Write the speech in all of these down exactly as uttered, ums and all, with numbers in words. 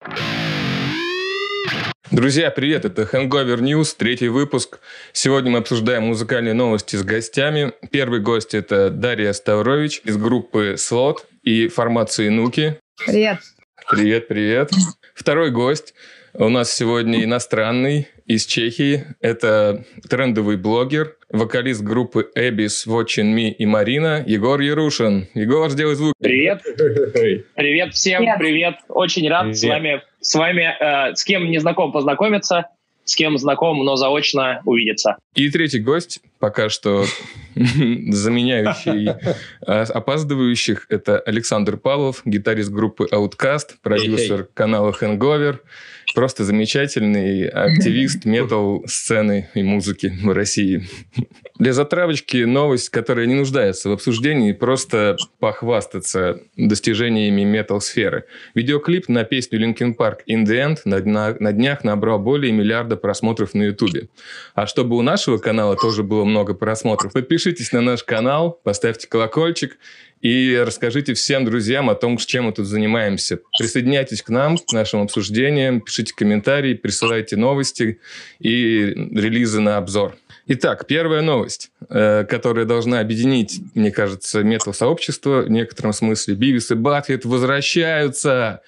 Друзья, привет! Это Hangover News, третий выпуск. Сегодня мы обсуждаем музыкальные новости с гостями. Первый гость – это Дарья Ставрович из группы Слот и формации Нуки. Привет! Привет, привет! Второй гость у нас сегодня иностранный, из Чехии. Это трендовый блогер, вокалист группы Abyss, Watching Me и Марина, Егор Ярушин. Егор, сделай звук. Привет. Привет всем, привет. привет. Очень рад привет. с вами, с вами, э, с кем не знаком познакомиться, с кем знаком, но заочно увидеться. И третий гость, пока что заменяющий опаздывающих, это Александр Павлов, гитарист группы Outcast, продюсер канала Hangover, просто замечательный активист метал-сцены и музыки в России. Для затравочки новость, которая не нуждается в обсуждении, просто похвастаться достижениями метал-сферы. Видеоклип на песню Linkin Park In The End на, на, на днях набрал более миллиарда просмотров на Ютубе. А чтобы у нашего канала тоже было много просмотров, подпишитесь на наш канал, поставьте колокольчик и расскажите всем друзьям о том, чем мы тут занимаемся. Присоединяйтесь к нам, к нашим обсуждениям, пишите комментарии, присылайте новости и релизы на обзор. Итак, первая новость, э, которая должна объединить, мне кажется, метал-сообщество в некотором смысле. Бивис и Батхед возвращаются!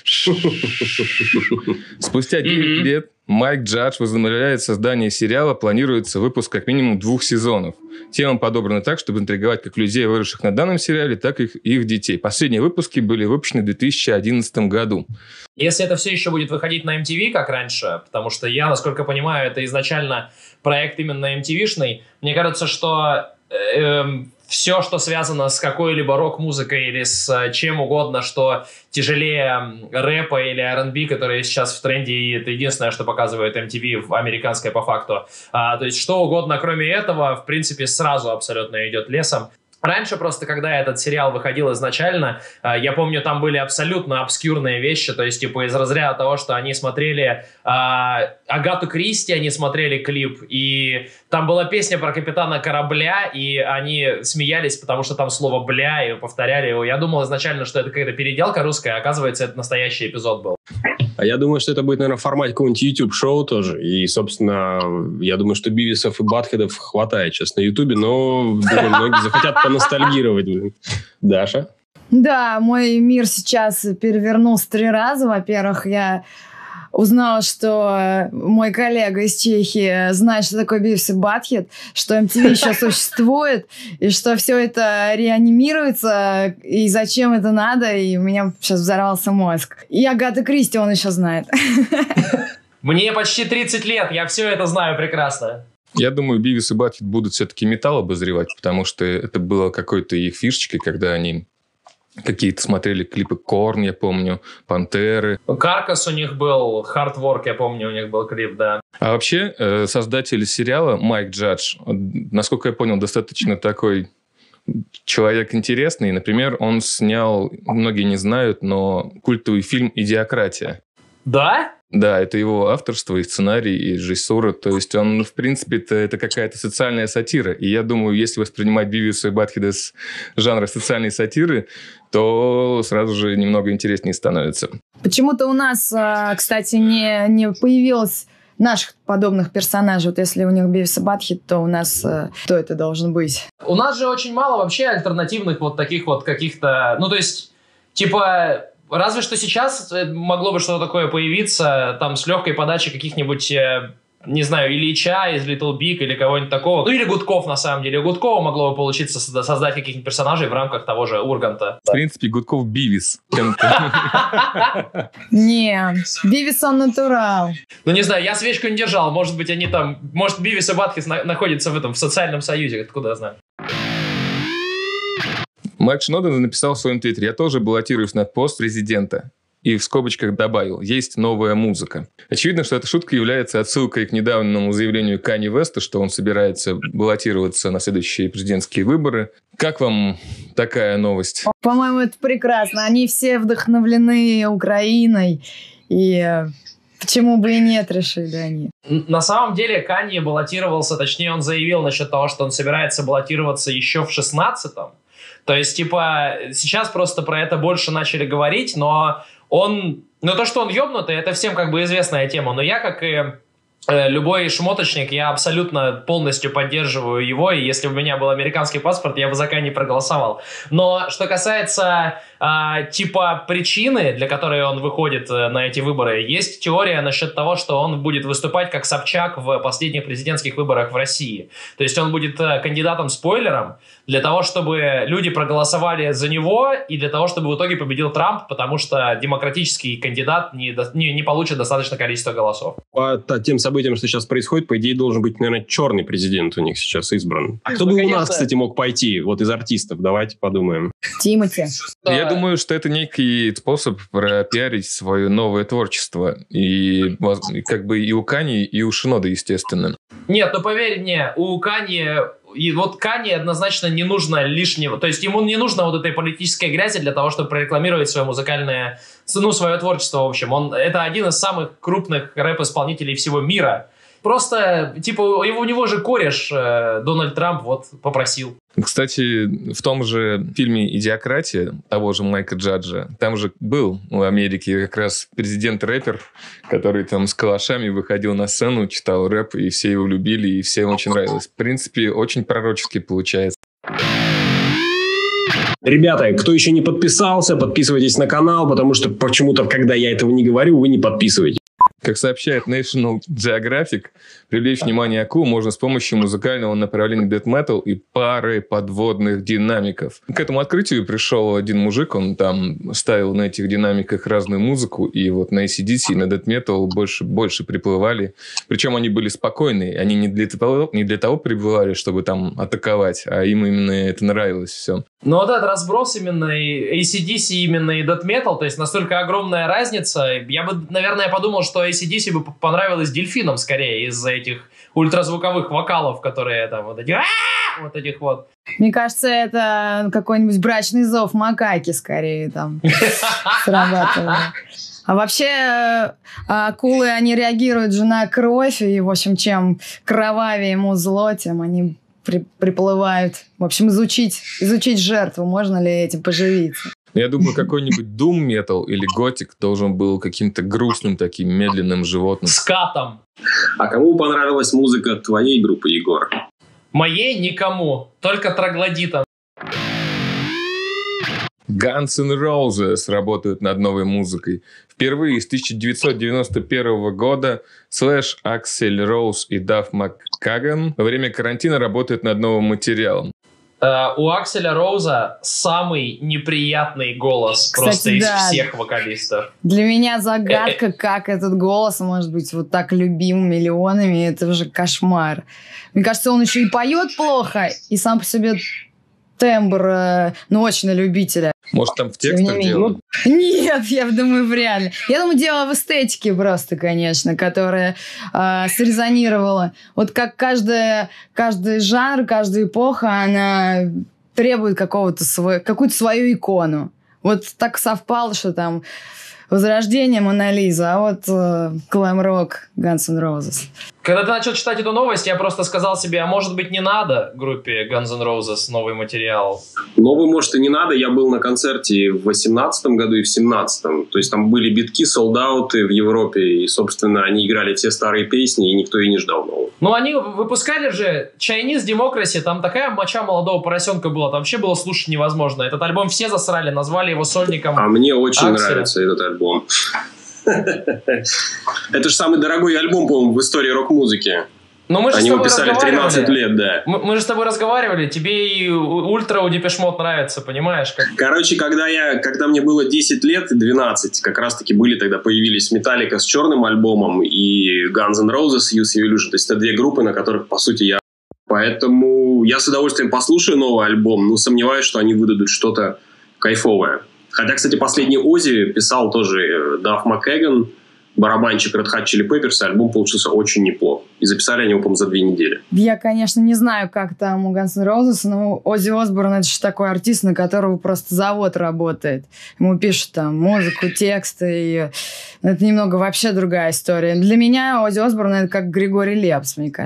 Спустя девять лет Майк Джадж возобновляет создание сериала, планируется выпуск как минимум двух сезонов. Тема подобрана так, чтобы интриговать как людей, выросших на данном сериале, так и их, их детей. Последние выпуски были выпущены в две тысячи одиннадцатом году. Если это все еще будет выходить на эм ти ви, как раньше, потому что я, насколько понимаю, это изначально проект именно эм ти ви-шный, мне кажется, что э, все, что связано с какой-либо рок-музыкой или с чем угодно, что тяжелее рэпа или ар энд би, которые сейчас в тренде, и это единственное, что показывает эм ти ви, американское по факту. А, то есть что угодно, кроме этого, в принципе, сразу абсолютно идет лесом. Раньше просто, когда этот сериал выходил изначально, я помню, там были абсолютно обскюрные вещи, то есть типа из разряда того, что они смотрели э, Агату Кристи, они смотрели клип, и там была песня про капитана корабля, и они смеялись, потому что там слово «бля», и повторяли его. Я думал изначально, что это какая-то переделка русская, а оказывается, это настоящий эпизод был. А я думаю, что это будет, наверное, в формате какого-нибудь YouTube-шоу тоже. И, собственно, я думаю, что Бивисов и Батхедов хватает сейчас на YouTube, но думаю, многие захотят поностальгировать. Даша? Да, мой мир сейчас перевернулся три раза. Во-первых, я узнала, что мой коллега из Чехии знает, что такое Бивис и Батхед, что эм ти ви еще существует, и что все это реанимируется, и зачем это надо, и у меня сейчас взорвался мозг. И Агата Кристи он еще знает. Мне почти тридцать лет, я все это знаю прекрасно. Я думаю, Бивис и Батхед будут все-таки металл обозревать, потому что это было какой-то их фишечкой, когда они какие-то смотрели клипы Корн, я помню, Пантеры. Каркас у них был, Hardwork, я помню, у них был клип, да. А вообще, создатель сериала Майк Джадж, насколько я понял, достаточно такой человек интересный. Например, он снял, многие не знают, но культовый фильм «Идиократия». Да? Да, это его авторство, и сценарий, и режиссура. То есть он, в принципе, это, это какая-то социальная сатира. И я думаю, если воспринимать Бивиса и Батхеда с жанра социальной сатиры, то сразу же немного интереснее становится. Почему-то у нас, кстати, не, не появилось наших подобных персонажей. Вот если у них Бивис и Батхед, то у нас кто это должен быть? У нас же очень мало вообще альтернативных вот таких вот каких-то... Ну, то есть, типа... Разве что сейчас могло бы что-то такое появиться, там, с легкой подачей каких-нибудь, не знаю, Ильича из Little Big или кого-нибудь такого. Ну, или Гудков, на самом деле. Гудкова могло бы получиться создать каких-нибудь персонажей в рамках того же Урганта. В принципе, Гудков Бивис. Не, Бивис он натурал. Ну, не знаю, я свечку не держал. Может быть, они там... Может, Бивис и Батхед находятся в этом, в социальном союзе, откуда я знаю. Майк Шноден написал в своем твиттере: «Я тоже баллотируюсь на пост президента». И в скобочках добавил: «Есть новая музыка». Очевидно, что эта шутка является отсылкой к недавнему заявлению Канье Уэста, что он собирается баллотироваться на следующие президентские выборы. Как вам такая новость? По-моему, это прекрасно. Они все вдохновлены Украиной. И почему бы и нет, решили они. На самом деле Канье баллотировался, точнее он заявил насчет того, что он собирается баллотироваться еще в шестнадцатом. То есть, типа, сейчас просто про это больше начали говорить, но он Но то, что он ёбнутый, это всем как бы известная тема. Но я, как и любой шмоточник, я абсолютно полностью поддерживаю его, и если бы у меня был американский паспорт, я бы за Канье проголосовал. Но что касается а, типа причины, для которой он выходит на эти выборы, есть теория насчет того, что он будет выступать как Собчак в последних президентских выборах в России. То есть он будет кандидатом-спойлером для того, чтобы люди проголосовали за него, и для того, чтобы в итоге победил Трамп, потому что демократический кандидат не, не, не получит достаточное количество голосов. По тем событиям, что сейчас происходит, по идее, должен быть, наверное, черный президент у них сейчас избран. А кто ну, бы конечно... у нас, кстати, мог пойти? Вот из артистов. Давайте подумаем. Тимати. Я думаю, что это некий способ пропиарить свое новое творчество. И как бы и у Канье, и у Шинода, естественно. Нет, ну поверь мне, у Канье... И вот Канье однозначно не нужно лишнего, то есть ему не нужно вот этой политической грязи для того, чтобы прорекламировать свое музыкальное, ну, свое творчество, в общем. Он, это один из самых крупных рэп-исполнителей всего мира. Просто, типа, у него же кореш э, Дональд Трамп вот попросил. Кстати, в том же фильме «Идиократия» того же Майка Джаджа, там же был в Америке как раз президент-рэпер, который там с калашами выходил на сцену, читал рэп, и все его любили, и всем очень нравилось. В принципе, очень пророчески получается. Ребята, кто еще не подписался, подписывайтесь на канал, потому что почему-то, когда я этого не говорю, вы не подписываетесь. Как сообщает National Geographic, привлечь внимание акул можно с помощью музыкального направления Death Metal и пары подводных динамиков. К этому открытию пришел один мужик, он там ставил на этих динамиках разную музыку, и вот на эй си ди си и на Death Metal больше, больше приплывали. Причем они были спокойные, они не для того, не для того приплывали, чтобы там атаковать, а им именно это нравилось все. Ну вот этот разброс именно и эй си ди си именно и Death Metal, то есть настолько огромная разница, я бы, наверное, подумал, что эй си ди си бы понравилось дельфинам скорее из-за этих ультразвуковых вокалов, которые там вот эти вот этих вот. Мне кажется, это какой-нибудь брачный зов макаки скорее там срабатывает. А вообще акулы, они реагируют же на кровь, и, в общем, чем кровавее ему зло, тем они при, приплывают. В общем, изучить, изучить жертву, можно ли этим поживиться. Я думаю, какой-нибудь Doom Metal или Готик должен был каким-то грустным таким медленным животным. Скатом. А кому понравилась музыка твоей группы, Егор? Моей никому, только троглодитам. Guns N' Roses работают над новой музыкой. Впервые с тысяча девятьсот девяносто первого года Слэш, Аксель Роуз и Дафф Маккаган во время карантина работают над новым материалом. Uh, у Акселя Роуза самый неприятный голос. Кстати, просто из да. всех вокалистов. Для меня загадка, как этот голос может быть вот так любим миллионами. Это уже кошмар. Мне кажется, он еще и поет плохо, и сам по себе тембр, ну, очень на любителя. Может, там в текстах дело? Нет, я думаю, вряд ли. Я думаю, дело в эстетике просто, конечно, которая э, срезонировала. Вот как каждая, каждый жанр, каждая эпоха, она требует какого-то свой, какую-то свою икону. Вот так совпало, что там Возрождение Мона Лиза, а вот глэм-рок Guns N' Roses. Когда ты начал читать эту новость, я просто сказал себе, а может быть не надо группе Guns N' Roses новый материал? Новый, может, и не надо. Я был на концерте в восемнадцатом году и в семнадцатом. То есть там были битки, солдауты в Европе. И, собственно, они играли все старые песни, и никто и не ждал нового. Ну, они выпускали же Chinese Democracy. Там такая моча молодого поросенка была. Там вообще было слушать невозможно. Этот альбом все засрали, назвали его сольником. А мне очень Акселя. нравится этот альбом. Это же самый дорогой альбом, по-моему, в истории рок-музыки. Но мы же Они с его тобой писали в тринадцать лет, да. Мы, мы же с тобой разговаривали, тебе и ультра у Депеш Мод нравится, понимаешь? Как... Короче, когда, я, когда мне было десять лет и двенадцать, как раз-таки были тогда, появились Metallica с черным альбомом и Guns N' Roses Use Your Illusion. То есть это две группы, на которых, по сути, я... Поэтому я с удовольствием послушаю новый альбом, но сомневаюсь, что они выдадут что-то кайфовое. Хотя, кстати, последний Оззи писал тоже Дафф Маккаган, барабанщик Red Hot Chili Peppers, альбом получился очень неплох. И записали они его, по-моему, за две недели. Я, конечно, не знаю, как там у Guns N' Roses, но Оззи Осборн — это же такой артист, на которого просто завод работает. Ему пишут там музыку, тексты. И... Это немного вообще другая история. Для меня Оззи Осборн — это как Григорий Лепс, мне кажется.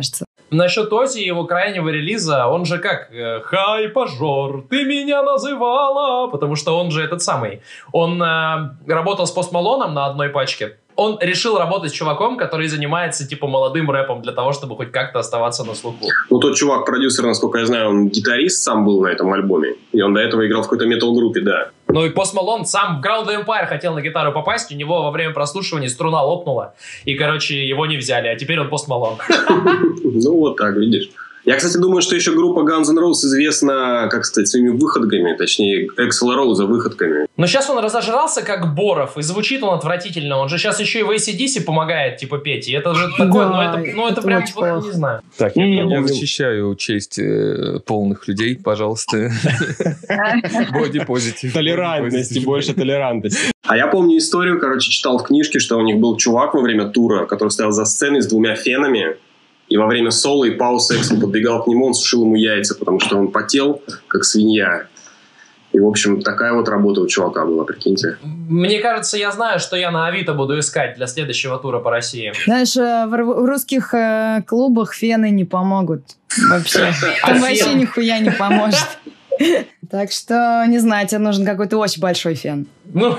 Насчет Ози и его крайнего релиза, он же как, хай, пожор, ты меня называла, потому что он же этот самый, он э, работал с Пост Малоном на одной пачке. Он решил работать с чуваком, который занимается, типа, молодым рэпом для того, чтобы хоть как-то оставаться на слуху. Ну, тот чувак, продюсер, насколько я знаю, он гитарист сам был на этом альбоме. И он до этого играл в какой-то метал-группе, да. Ну и Пост Малон сам в Ground Empire хотел на гитару попасть, у него во время прослушивания струна лопнула, и, короче, его не взяли, а теперь он Пост Малон. Ну, вот так, видишь. Я, кстати, думаю, что еще группа Guns N' Roses известна, как сказать, своими выходками, точнее, Эксела Роуза выходками. Но сейчас он разожрался как Боров, и звучит он отвратительно. Он же сейчас еще и в эй си ди си помогает, типа, петь. И это же такое, да, ну это, ну, это, это прям, вот, не знаю. Так, я, я защищаю честь э, полных людей, пожалуйста. Боди-позитив. Толерантности, больше толерантности. А я помню историю, короче, читал в книжке, что у них был чувак во время тура, который стоял за сценой с двумя фенами. И во время соло и пауз Эксел подбегал к нему, он сушил ему яйца, потому что он потел, как свинья. И, в общем, такая вот работа у чувака была, прикиньте. Мне кажется, я знаю, что я на Авито буду искать для следующего тура по России. Знаешь, в русских э, клубах фены не помогут вообще. Там вообще нихуя не поможет. Так что, не знаю, тебе нужен какой-то очень большой фен. Ну...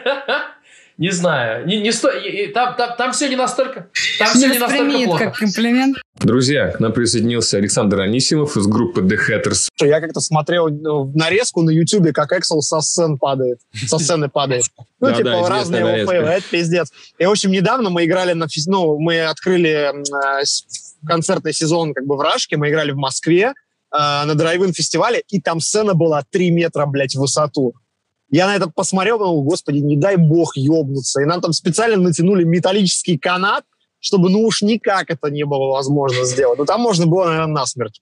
Не знаю, не, не сто... там, там, там все не настолько, там все не настолько плохо. Как комплимент. Друзья, к нам присоединился Александр Анисимов из группы The Hatters. Я как-то смотрел нарезку на Ютубе, как Эксел со сцен падает, со сцены падает. Ну, да, типа, да, разные его фейлы, это пиздец. И, в общем, недавно мы играли на... Ну, мы открыли э, концертный сезон как бы в Рашке, мы играли в Москве э, на драйв-ин фестивале, и там сцена была три метра, блядь, в высоту. Я на это посмотрел, думал, господи, не дай бог ёбнуться. И нам там специально натянули металлический канат, чтобы ну уж никак это не было возможно сделать. Но там можно было, наверное, насмерть.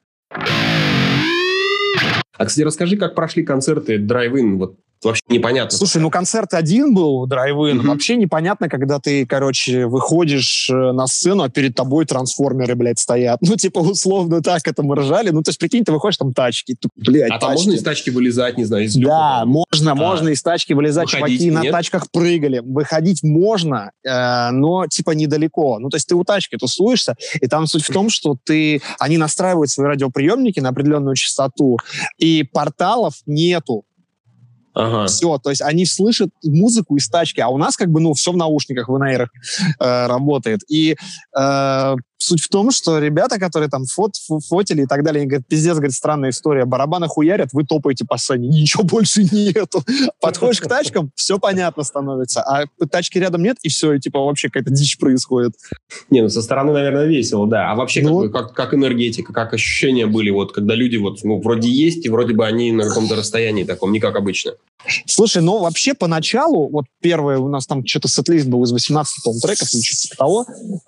А, кстати, расскажи, как прошли концерты драйв-ин, вот вообще непонятно. Слушай, ну концерт один был, драйв-ин. Mm-hmm. Вообще непонятно, когда ты, короче, выходишь на сцену, а перед тобой трансформеры, блядь, стоят. Ну, типа, условно так это мы ржали. Ну, то есть, прикинь, ты выходишь, там тачки. Тут, блядь, а тачки. Там можно из тачки вылезать, не знаю, из люка? Да, там. можно, а. можно из тачки вылезать. Выходить, чуваки нет? на тачках прыгали. Выходить можно, э, но, типа, недалеко. Ну, то есть, ты у тачки тусуешься, и там суть в том, что ты... Они настраивают свои радиоприемники на определенную частоту, и порталов нету. Ага. Все, то есть они слышат музыку из тачки, а у нас как бы, ну, все в наушниках, в эн эй эр э, работает. И э, суть в том, что ребята, которые там фот, фотили и так далее, они говорят, пиздец, говорит, странная история, барабаны хуярят, вы топаете по сцене, ничего больше нету. Подходишь к тачкам, все понятно становится, а тачки рядом нет, и все, и типа вообще какая-то дичь происходит. Не, ну со стороны, наверное, весело, да. А вообще ну, как, как, как энергетика, как ощущения были, вот, когда люди вот, ну, вроде есть, и вроде бы они на каком-то расстоянии таком, не как обычно. Слушай, ну вообще поначалу, вот первое у нас там что-то сет-лист был из восемнадцати, по-моему, треков, или что-то того,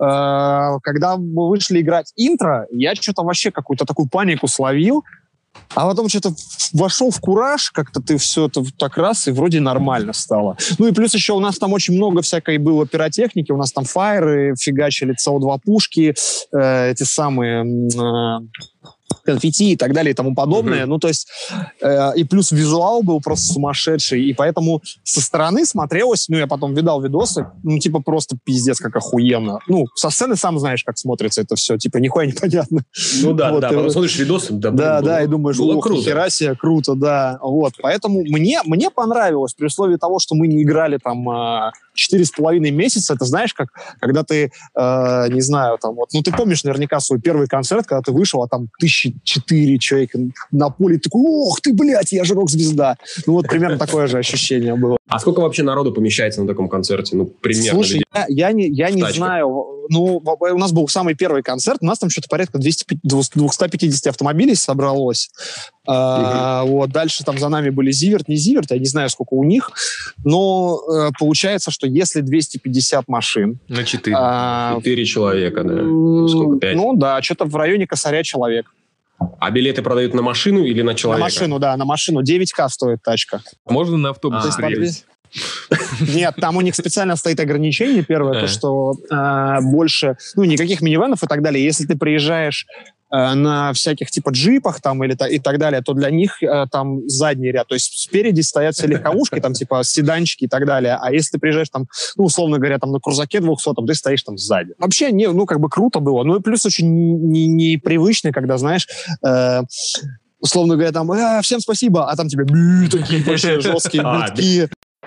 э, когда мы вышли играть интро, я что-то вообще какую-то такую панику словил, а потом что-то вошел в кураж, как-то ты все это так раз, и вроде нормально стало. Ну и плюс еще у нас там очень много всякой было пиротехники, у нас там фаеры фигачили, цэ о два пушки, э, эти самые... Э, конфетти и так далее и тому подобное. Mm-hmm. Ну, то есть, э, и плюс визуал был просто сумасшедший, и поэтому со стороны смотрелось, ну, я потом видал видосы, ну, типа, просто пиздец, как охуенно. Ну, со сцены сам знаешь, как смотрится это все, типа, нихуя непонятно. Ну, да, вот, да, потом смотришь видосы, да, да, было, да, и думаешь, ох, нихера себе, круто, да, вот, поэтому мне, мне понравилось, при условии того, что мы не играли там четыре с половиной месяца, это знаешь, как, когда ты, э, не знаю, там, вот, ну, ты помнишь наверняка свой первый концерт, когда ты вышел, а там тысячи четыре человека на поле, ты такой, ох ты, блядь, я же рок-звезда. Ну, вот примерно такое же ощущение было. А сколько вообще народу помещается на таком концерте? Ну, примерно. Слушай, я, я не, я не знаю. Ну, у нас был самый первый концерт, у нас там что-то порядка двести пятьдесят автомобилей собралось. Uh-huh. А, вот, дальше там за нами были Зиверт, не Зиверт, я не знаю, сколько у них, но э, получается, что если двести пятьдесят машин... На четыре. А, четыре человека, да. Сколько, пять? Ну да, что-то в районе косаря человек. А билеты продают на машину или на человека? На машину, да, на машину. девять тысяч стоит тачка. Можно на автобус приехать? Нет, там у них специально стоит ограничение. Первое, то, что э, больше, ну, никаких минивенов и так далее. Если ты приезжаешь э, на всяких типа джипах там или та, и так далее, то для них э, там задний ряд. То есть спереди стоят все легковушки, там типа седанчики и так далее. А если ты приезжаешь там, ну, условно говоря, там на крузаке двухсотом, ты стоишь там сзади. Вообще, не, ну, как бы круто было. Ну, и плюс очень непривычно, когда, знаешь, э, условно говоря, там, а, всем спасибо, а там тебе такие вообще жесткие битки.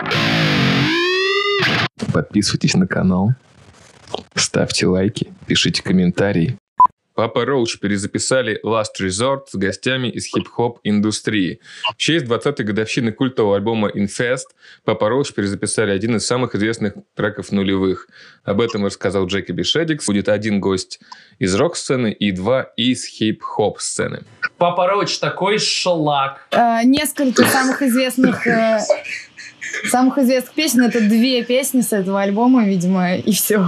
Подписывайтесь на канал, ставьте лайки, пишите комментарии. Папа Роуч перезаписали Last Resort с гостями из хип-хоп индустрии. В честь двадцатой годовщины культового альбома Infest Папа Роуч перезаписали один из самых известных треков нулевых. Об этом рассказал Джекоби Шедикс. Будет один гость из рок-сцены и два из хип-хоп сцены. Папа Роуч такой шлак. Э, несколько самых известных... Э... Самых известных песен — это две песни с этого альбома, видимо, и все.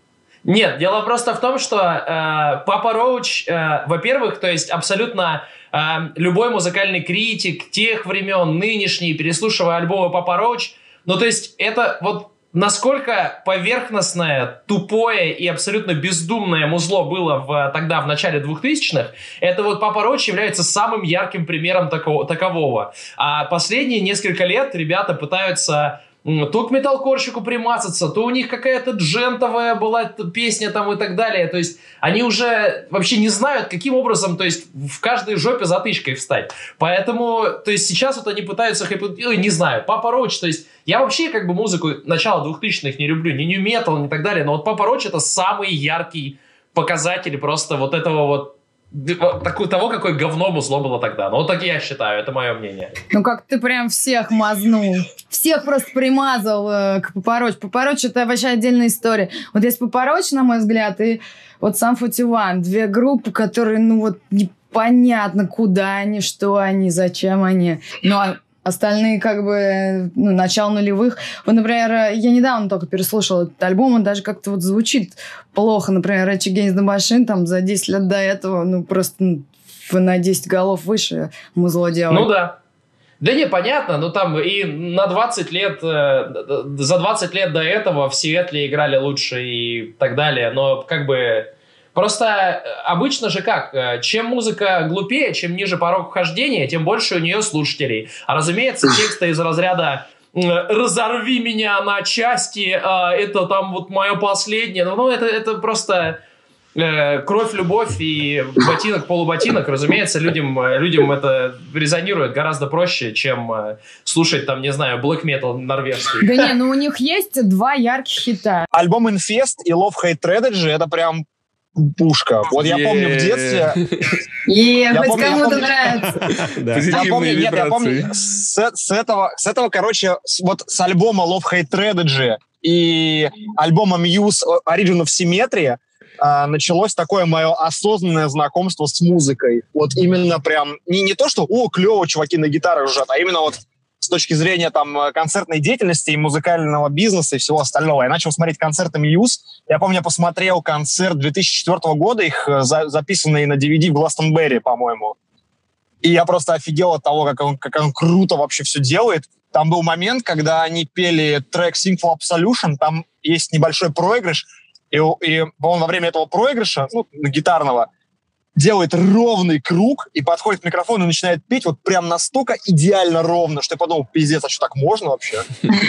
Нет, дело просто в том, что э, Папа Роуч, э, во-первых, то есть абсолютно э, любой музыкальный критик тех времен, нынешний, переслушивая альбомы Папа Роуч, ну то есть это вот насколько поверхностное, тупое и абсолютно бездумное музло было в, тогда, в начале двухтысячных, это вот Папа Роуч является самым ярким примером такого, такового. А последние несколько лет ребята пытаются то к металкорщику примазаться, то у них какая-то джентовая была песня там и так далее. То есть они уже вообще не знают, каким образом, то есть в каждой жопе затычкой встать. Поэтому, то есть сейчас вот они пытаются, не знаю, Папа Роуч, то есть я вообще как бы музыку начала двухтысячных не люблю, ни нью-метал, ни так далее, но вот Папа Роуч — это самый яркий показатель просто вот этого вот того, какое говно музло было тогда. Ну, вот так я считаю, это мое мнение. Ну, как ты прям всех мазнул. Всех просто примазал э, к Папа Роуч. Папа Роуч — это вообще отдельная история. Вот есть Папа Роуч, на мой взгляд, и вот Сам форти ван. Две группы, которые, ну, вот непонятно, куда они, что они, зачем они. Но остальные, как бы, ну, начало нулевых. Вот, например, я недавно только переслушала этот альбом, он даже как-то вот звучит плохо. Например, Rage Against the Machine, там, за десять лет до этого, ну, просто ну, на десять голов выше музло делали. Ну, да. Да не, понятно, но там и на двадцать лет, э, за двадцать лет до этого в Сиэтле играли лучше и так далее, но как бы... Просто обычно же как, чем музыка глупее, чем ниже порог вхождения, тем больше у нее слушателей. А разумеется, тексты из разряда «разорви меня на части», это там вот мое последнее, ну это, это просто кровь, любовь и ботинок, полуботинок. Разумеется, людям, людям это резонирует гораздо проще, чем слушать там, не знаю, black metal норвежский. Да не, ну у них есть два ярких хита. Альбом Infest и Love Hate Tragedy — это прям пушка. Вот я помню в детстве... Е, хоть кому-то нравится. Я помню, нет, я помню, с этого, с этого, короче, вот с альбома Love Hate Tragedy и альбома Muse Origin of Symmetry началось такое мое осознанное знакомство с музыкой. Вот именно прям, не, не то, что, о, клево, чуваки на гитарах жужжат, а именно вот с точки зрения там концертной деятельности и музыкального бизнеса и всего остального. Я начал смотреть концерты Muse. Я помню, я посмотрел концерт две тысячи четвёртого года, их за, записанный на ди ви ди в Гластонберри, по-моему. И я просто офигел от того, как он, как он круто вообще все делает. Там был момент, когда они пели трек Sinful Absolution, там есть небольшой проигрыш, и, и он во время этого проигрыша, ну, гитарного, делает ровный круг и подходит к микрофону и начинает петь вот прям настолько идеально ровно, что я подумал, пиздец, а что, так можно вообще?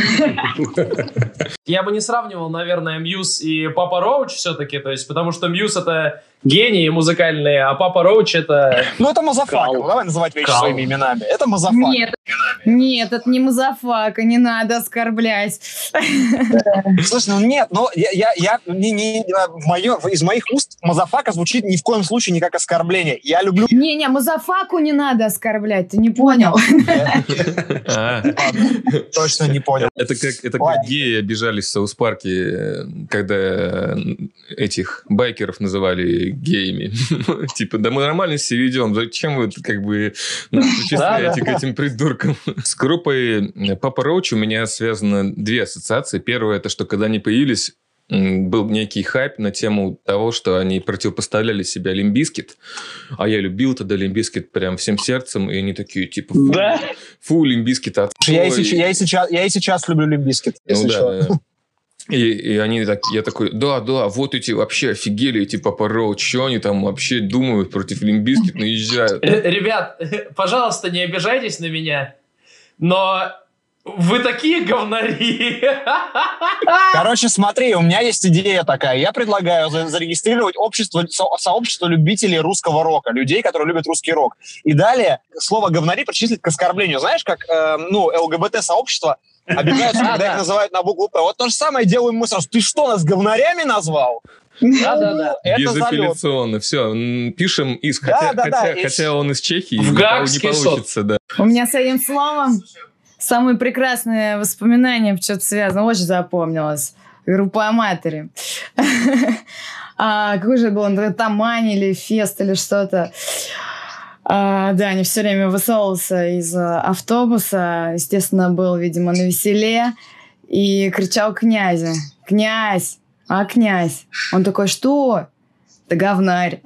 Я бы не сравнивал, наверное, Muse и Папа Роуч все-таки, то есть, потому что Muse — это гении музыкальные, а Папа Роуч — это... Ну, это мазафака, ну, давай называть вещи Кал. своими именами. Это мазафака. Нет, нет, это не мазафака, не надо оскорблять. Слушай, ну нет, ну я, я, я не, не, в моё, из моих уст мазафака звучит ни в коем случае не как оскорбление. Я люблю... Не-не, мазафаку не надо оскорблять, ты не понял. Точно не понял. Это как геи обижались в Саус-парке, когда этих байкеров называли геями. Типа, да мы нормально все ведем, зачем вы как бы причисляете к этим придуркам? С группой Папа Роуч у меня связано две ассоциации. Первое, это что когда они появились, был некий хайп на тему того, что они противопоставляли себя Limp Bizkit, а я любил тогда Limp Bizkit прям всем сердцем, и они такие, типа, фу, да? фу Limp Bizkit отстой. Я и, сейчас, я, и сейчас, я и сейчас люблю Limp Bizkit, если ну, что. Да, да. И, и они так, я такой, да, да, вот эти вообще офигели, эти Папа Роуч, что они там вообще думают, против Лимп Бизкит наезжают. Ребят, пожалуйста, не обижайтесь на меня, но вы такие говнари. Короче, смотри, у меня есть идея такая. Я предлагаю зарегистрировать общество, со, сообщество любителей русского рока, людей, которые любят русский рок. И далее слово «говнари» причислить к оскорблению. Знаешь, как э, ну, ЛГБТ-сообщество обижаются, когда их называют на букву «П». Вот то же самое делаем мы сразу. Ты что, нас говнарями назвал? Да-да-да. Безапелляционно. Все, пишем из. Хотя, да, хотя, да, хотя и... он из Чехии, в не, Гаагский не получится, да. У меня с этим словом самые прекрасные воспоминания что-то связано. Очень запомнилось. Группа Аматори. Какой же был он? Тамани или Фест или что-то. А, да, они все время высовывался из автобуса. Естественно, был, видимо, навеселе. И кричал «Князя! Князь! А князь?» Он такой: «Что?» «Да говнарь!»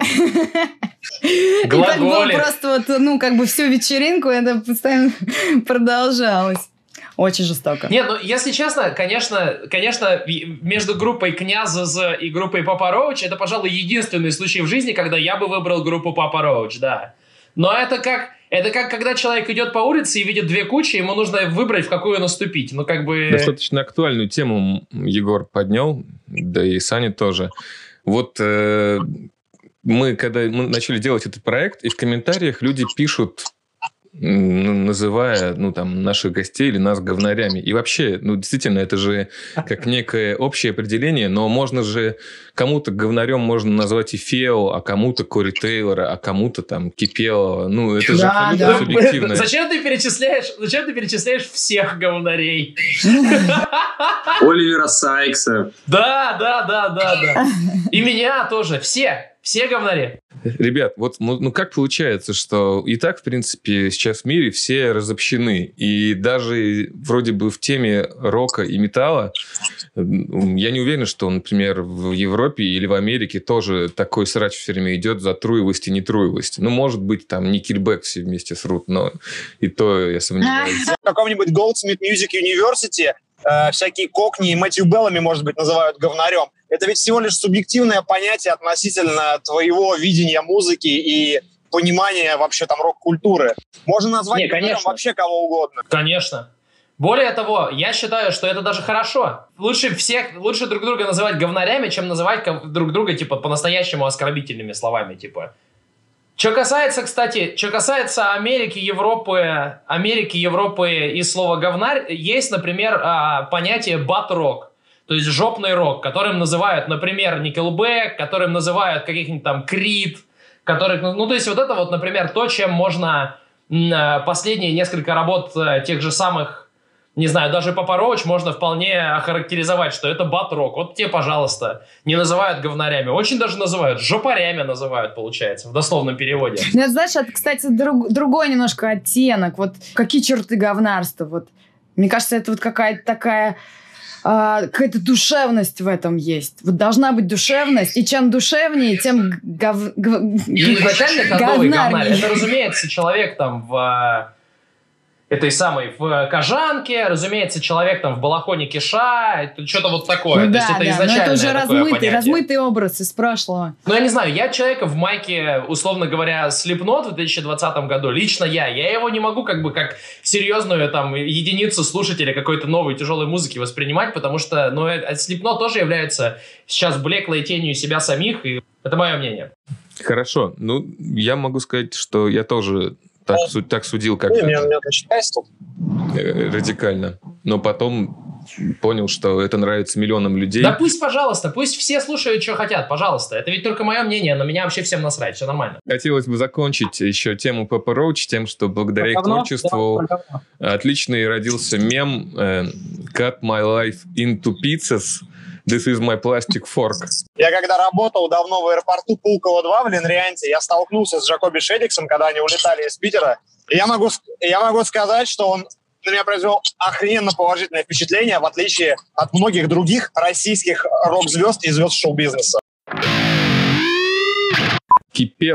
И так было просто вот, ну, как бы всю вечеринку это постоянно продолжалось. Очень жестоко. Нет, ну, если честно, конечно, конечно, между группой Князз и группой Папа Роуч это, пожалуй, единственный случай в жизни, когда я бы выбрал группу Папа Роуч, да. Но это как, это как когда человек идет по улице и видит две кучи, ему нужно выбрать, в какую наступить. Ну, как бы... Достаточно актуальную тему Егор поднял, да и Саня тоже. Вот э, мы, когда мы начали делать этот проект, и в комментариях люди пишут, называя, ну, там, наших гостей или нас говнарями. И вообще, ну, действительно, это же как некое общее определение, но можно же... Кому-то говнарем можно назвать и Фео, а кому-то Кори Тейлора, а кому-то там Кипелова. Ну, это же да, абсолютно да. субъективно. Зачем ты перечисляешь, зачем ты перечисляешь всех говнарей? Оливера Сайкса. Да, да, да, да, да. И меня тоже. Все. Все говнари. Ребят, вот ну как получается, что и так, в принципе, сейчас в мире все разобщены. И даже вроде бы в теме рока и металла я не уверен, что, например, в Европе или в Америке тоже такой срач все время идет за труевость и нетруевость. Ну, может быть, там Никельбэк все вместе срут, но и то я сомневаюсь. В каком-нибудь Goldsmith Music University э, всякие кокни и Мэтью Беллами, может быть, называют говнарем. Это ведь всего лишь субъективное понятие относительно твоего видения музыки и понимания вообще там рок-культуры. Можно назвать Не, говнарем вообще кого угодно. Конечно. Более того, я считаю, что это даже хорошо. Лучше всех, лучше друг друга называть говнарями, чем называть друг друга типа по-настоящему оскорбительными словами, типа. Что касается, кстати, что касается Америки, Европы, Америки, Европы и слова говнарь, есть, например, понятие бат-рок. То есть жопный рок, которым называют, например, Nickelback, которым называют каких-нибудь там Creed, которых, ну, то есть вот это вот, например, то, чем можно последние несколько работ тех же самых, не знаю, даже Папа Роуч можно вполне охарактеризовать, что это бат-рок. Вот тебе, пожалуйста, не называют говнарями, очень даже называют, жопарями называют, получается, в дословном переводе. Ну, это, знаешь, это, кстати, друг, другой немножко оттенок. Вот какие черты говнарства? Вот. Мне кажется, это вот какая-то такая... какая-то душевность в этом есть. Вот должна быть душевность, и чем душевнее, тем гов... гов... изначально говновый говнарь. Это, разумеется, человек там в этой самой в Кожанке, разумеется, человек там в балахоне Киша, это что-то вот такое. Ну, То да, есть это да, изначально но это уже такое размытый, понятие. размытый образ из прошлого. Ну, я не знаю, я человека в майке, условно говоря, Slipknot в две тысячи двадцатом году, лично я, я его не могу как бы как серьезную там единицу слушателя какой-то новой тяжелой музыки воспринимать, потому что, ну, Slipknot тоже является сейчас блеклой тенью себя самих, и это мое мнение. Хорошо, ну, я могу сказать, что я тоже так, так судил как-то радикально, но потом понял, что это нравится миллионам людей. Да пусть, пожалуйста, пусть все слушают, что хотят, пожалуйста. Это ведь только мое мнение, на меня вообще всем насрать, все нормально. Хотелось бы закончить еще тему Папа Роуч тем, что благодаря их творчеству отличный родился мем «Cut my life into pizzas. This is my plastic fork». Я когда работал давно в аэропорту Пулково-два в Ленрианте, я столкнулся с Джакоби Шедиксом, когда они улетали из Питера. И я могу, я могу сказать, что он на меня произвел охрененно положительное впечатление, в отличие от многих других российских рок-звезд и звезд шоу-бизнеса. Кипелов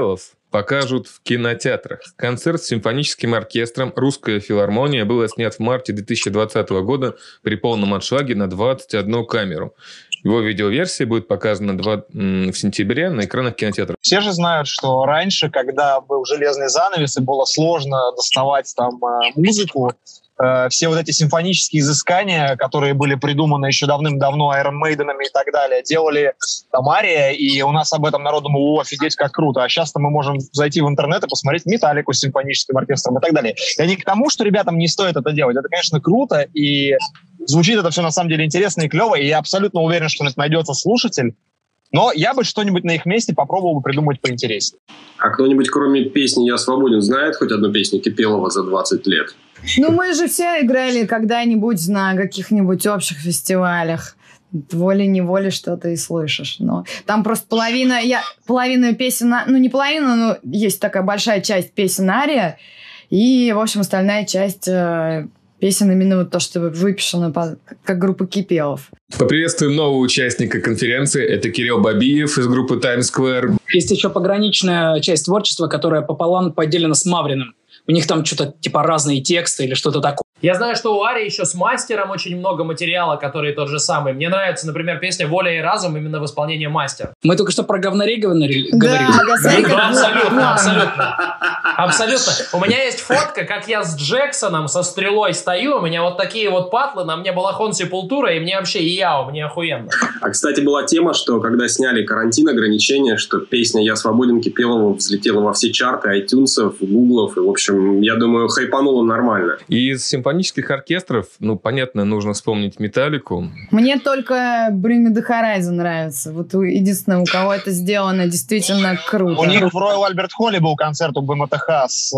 покажут в кинотеатрах. Концерт с симфоническим оркестром «Русская филармония» был снят в марте две тысячи двадцатого года при полном аншлаге на двадцать одну камеру. Его видеоверсия будет показана в сентябре на экранах кинотеатров. Все же знают, что раньше, когда был железный занавес и было сложно доставать там музыку, все вот эти симфонические изыскания, которые были придуманы еще давным-давно Iron Maiden'ами и так далее, делали там Ария, и у нас об этом народ думал: о, офигеть, как круто. А сейчас-то мы можем зайти в интернет и посмотреть Металлику с симфоническим оркестром и так далее. Я не к тому, что ребятам не стоит это делать. Это, конечно, круто, и звучит это все на самом деле интересно и клево, и я абсолютно уверен, что найдется слушатель. Но я бы что-нибудь на их месте попробовал бы придумать поинтереснее. А кто-нибудь, кроме песни «Я свободен», знает хоть одну песню Кипелова за двадцать лет? Ну, мы же все играли когда-нибудь на каких-нибудь общих фестивалях. Волей-неволей что-то и слышишь. Но там просто половина, я, половина песен, ну не половина, но есть такая большая часть песен Ария, и, в общем, остальная часть э, песен именно вот то, что выписано по, как группа Кипелов. Поприветствуем нового участника конференции. Это Кирилл Бабиев из группы Times Square. Есть еще пограничная часть творчества, которая пополам поделена с Мавриным. У них там что-то типа разные тексты или что-то такое. Я знаю, что у Ари еще с мастером очень много материала, который тот же самый. Мне нравится, например, песня «Воля и разум» именно в исполнении мастера. Мы только что про говнарей говорили. Да, да, абсолютно, абсолютно. Абсолютно. У меня есть фотка, как я с Джексоном со стрелой стою, у меня вот такие вот патлы, на мне балахон Сепультура, и мне вообще яу, мне охуенно. А, кстати, была тема, что когда сняли карантин, ограничения, что песня «Я свободен» Кипелова взлетела во все чарты айтюнсов, гуглов, и, в общем, я думаю, хайпануло нормально. И из симфонических оркестров, ну, понятно, нужно вспомнить «Металлику». Мне только Bring Me The Horizon нравится. Вот единственное, у кого это сделано действительно круто. У них в Royal Albert Hall был концерт у БМТХ с,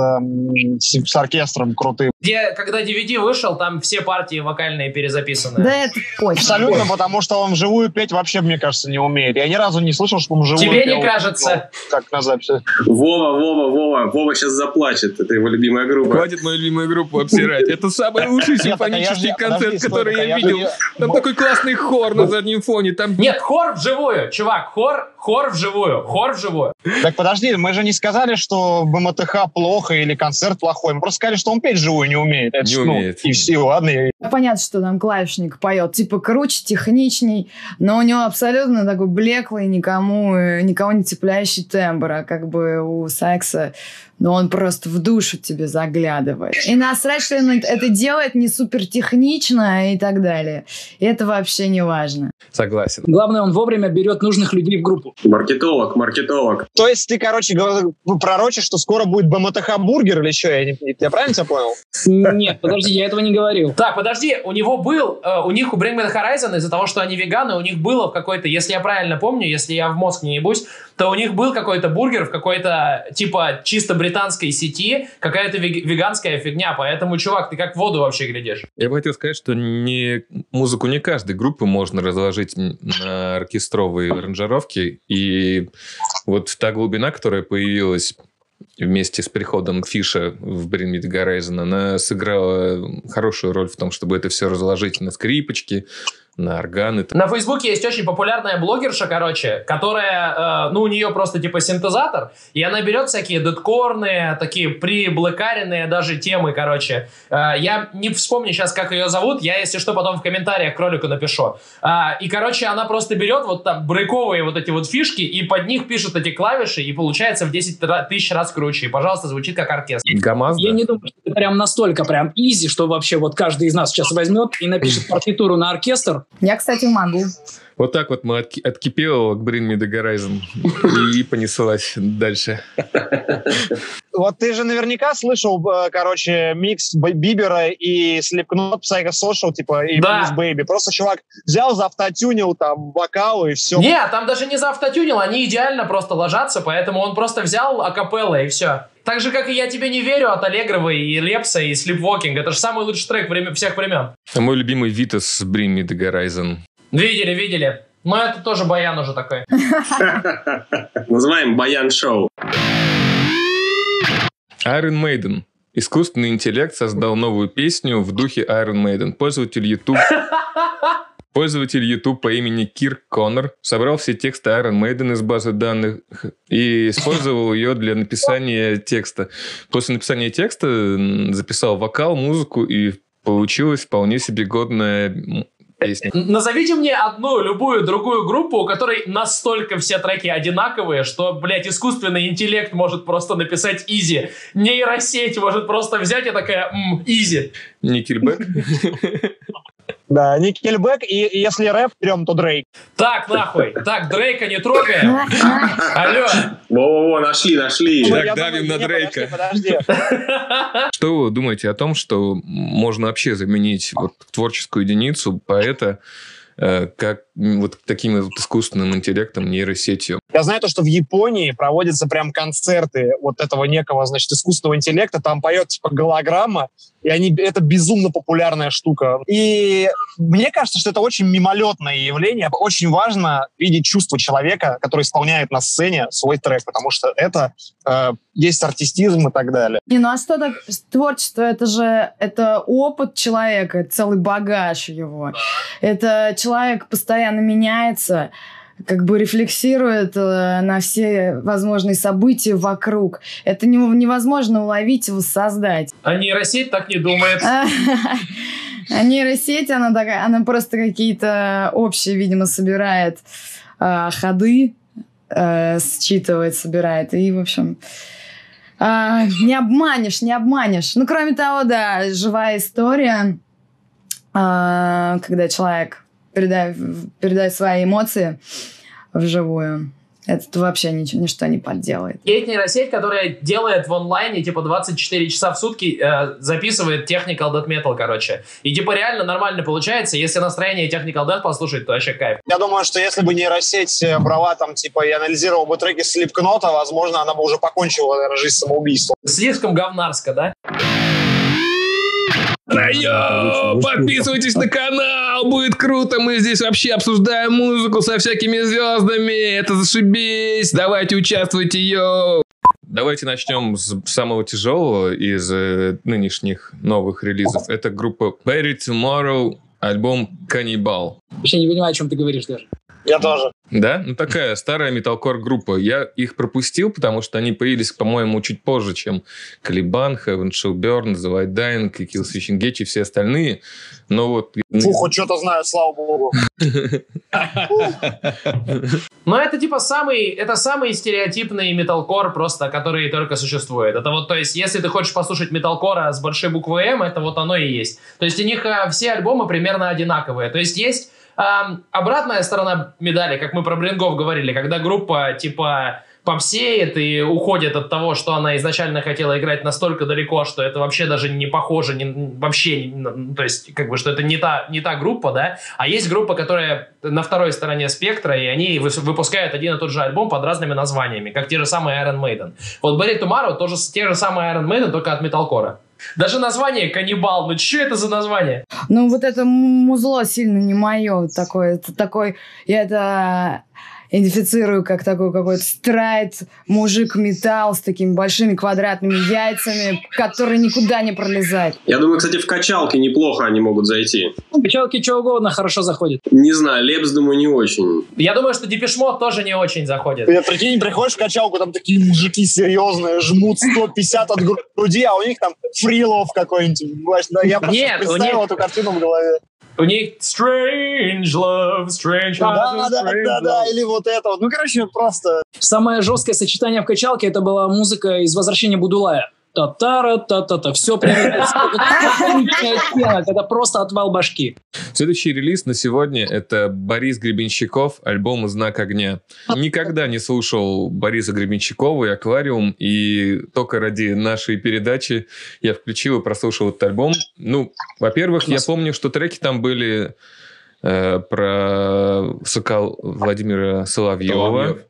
с, с оркестром крутым. Где, когда ди ви ди вышел, там все партии вокальные перезаписаны. Да, это очень. Абсолютно, потому что он вживую петь вообще, мне кажется, не умеет. Я ни разу не слышал, что он вживую Тебе пел, не кажется? Ну, как на записи. Вова, Вова, Вова. Вова сейчас заплачет. Это его любимая группа. Хватит мою любимую группу обсирать. Это самый лучший симфонический концерт, который я видел. Там такой классный хор на заднем фоне. Нет, хор вживую, чувак, хор, хор вживую, хор вживую. Так подожди, мы же не сказали, что БМТХ плохо или концерт плохой. Мы просто сказали, что он петь вживую не умеет. Это не ж, умеет. Ну, и все, ладно. Понятно, что там клавишник поет типа круче, техничней, но у него абсолютно такой блеклый, никому, никого не цепляющий тембр, а как бы у Сайкса, но он просто в душу тебе заглядывает. И насрать, что он это делает не супер технично и так далее. И это вообще не важно. Согласен. Главное, он вовремя берет нужных людей в группу. Маркетолог, маркетолог. То есть ты, короче, пророчишь, что скоро будет БМТХ бургер или что? Я, не, я правильно тебя понял? Нет, подожди, я этого не говорил. Так, подожди, у него был, э, у них у Bring Me The Horizon, из-за того, что они веганы, у них было в какой-то, если я правильно помню, если я в мозг не ебусь, то у них был какой-то бургер в какой-то, типа, чисто британской сети, какая-то вег- веганская фигня, поэтому, чувак, ты как в воду вообще глядишь. Я бы хотел сказать, что не, музыку не каждой группы можно разложить на оркестровые аранжировки, и вот та глубина, которая появилась вместе с приходом Фиша в Bring Me The Horizon, она сыграла хорошую роль в том, чтобы это все разложить на скрипочки, на органы. На Фейсбуке есть очень популярная блогерша, короче, которая, э, ну, у нее просто типа синтезатор, и она берет всякие дедкорные, такие приблэкаренные даже темы, короче. Э, я не вспомню сейчас, как ее зовут, я, если что, потом в комментариях к ролику напишу. Э, и, короче, она просто берет вот там брейковые вот эти вот фишки, и под них пишет эти клавиши, и получается в десять тысяч раз круче. И, пожалуйста, звучит как оркестр. ГАМАЗ, Я да? не думаю, что это прям настолько прям изи, что вообще вот каждый из нас сейчас возьмет и напишет партитуру на оркестр. Я, кстати, могу. Вот так вот мы от, от Кипелова к Bring Me The Horizon и понеслась дальше. Вот ты же наверняка слышал, короче, микс Бибера и Slipknot Psychosocial, типа, и Да. Blues Baby. Просто чувак взял, заавтотюнил там вокалы и все. Нет, там даже не заавтотюнил, они идеально просто ложатся, поэтому он просто взял акапелла и все. Так же, как и «Я тебе не верю» от Аллегровой и Лепса и Sleepwalking. Это же самый лучший трек время, всех времен. А мой любимый Витас с Bring Me The Horizon. Видели, видели. Но это тоже баян уже такой. Называем баян-шоу. Iron Maiden. Искусственный интеллект создал новую песню в духе Iron Maiden. Пользователь YouTube Пользователь YouTube по имени Кирк Коннор собрал все тексты Iron Maiden из базы данных и использовал ее для написания текста. После написания текста записал вокал, музыку, и получилась вполне себе годная песня. Назовите мне одну, любую другую группу, у которой настолько все треки одинаковые, что, блядь, искусственный интеллект может просто написать изи. Нейросеть может просто взять и такая, ммм, изи. Никельбэк. Да, Никельбэк, и если рэп берем, то Дрейк. Так, нахуй. Так, Дрейка не трогаем. Алло. Во-во-во, нашли, нашли. Так, Я давим думаю, на не, Дрейка. Подожди, подожди. Что вы думаете о том, что можно вообще заменить вот творческую единицу поэта э, как вот таким вот искусственным интеллектом, нейросетью? Я знаю то, что в Японии проводятся прям концерты вот этого некого, значит, искусственного интеллекта, там поет типа голограмма, и они, это безумно популярная штука. И мне кажется, что это очень мимолетное явление. Очень важно видеть чувство человека, который исполняет на сцене свой трек, потому что это э, есть артистизм и так далее. Не, ну а что так творчество? Это же это опыт человека, это целый багаж его. Это человек постоянно меняется, как бы рефлексирует э, на все возможные события вокруг. Это не, невозможно уловить и воссоздать. А нейросеть так не думает. А нейросеть, она такая, она просто какие-то общие, видимо, собирает э, ходы, э, считывает, собирает. И, в общем, э, не обманешь, не обманешь. Ну, кроме того, да, живая история, э, когда человек передает, передает свои эмоции вживую. Это вообще ничего, ничто не подделает. Есть нейросеть, которая делает в онлайне, типа, двадцать четыре часа в сутки, э, записывает Technical Death Metal, короче. И, типа, реально нормально получается. Если настроение Technical Death послушать, то вообще кайф. Я думаю, что если бы нейросеть брала там, типа, и анализировала бы треки Слипкнота, возможно, она бы уже покончила, наверное, жизнь самоубийством. Слишком говнарско, да? Йоу, подписывайтесь на канал, будет круто, мы здесь вообще обсуждаем музыку со всякими звездами, это зашибись, давайте участвуйте, йоу. Давайте начнем с самого тяжелого из э, нынешних новых релизов. Это группа Bury Tomorrow, альбом Cannibal. Вообще не понимаю, о чем ты говоришь даже. Я тоже. Да? Ну, такая старая металкор-группа. Я их пропустил, потому что они появились, по-моему, чуть позже, чем Caliban, Heaven Shall Burn, The White Dying, Killswitch Engage и все остальные. Но вот... Фу, хоть что-то знаю, слава богу. Но это типа самый, это самый стереотипный металкор просто, который только существует. Это вот, то есть, если ты хочешь послушать металкора с большой буквы М, это вот оно и есть. То есть, у них а, все альбомы примерно одинаковые. То есть, есть а, обратная сторона медали, как мы про Блингов говорили, когда группа типа попсеет и уходит от того, что она изначально хотела играть настолько далеко, что это вообще даже не похоже, не, вообще, не, то есть, как бы, что это не та, не та группа, да, а есть группа, которая на второй стороне спектра, и они выпускают один и тот же альбом под разными названиями, как те же самые Iron Maiden. Вот Bury Tomorrow тоже те же самые Iron Maiden, только от металкора. Даже название «Каннибал», ну что это за название? Ну вот это музло сильно не мое, такое, это такой, я это... идентифицирую как такой какой-то страйт, мужик-металл с такими большими квадратными яйцами, который никуда не пролезает. Я думаю, кстати, в качалке неплохо они могут зайти. В качалке что угодно хорошо заходит. Не знаю, Лепс, думаю, не очень. Я думаю, что Депеш Мод тоже не очень заходит. Ты, прикинь, приходишь в качалку, там такие мужики серьезные, жмут сто пятьдесят от груди, а у них там фрилов какой-нибудь. Я просто Нет, представил них... эту картину в голове. У них strange love, strange love, Да, да, strange да, да, love. или вот это вот. Ну, короче, просто... Самое жесткое сочетание в качалке это была музыка из «Возвращения Будулая». Та-та-ра-та-та-та. Все превратилось в это просто отвал башки. Следующий релиз на сегодня — это Борис Гребенщиков, альбом «Знак огня». Никогда не слушал Бориса Гребенщикова и «Аквариум», и только ради нашей передачи я включил и прослушал этот альбом. Ну, во-первых, я помню, что треки там были э, про Сокол Владимира Соловьева.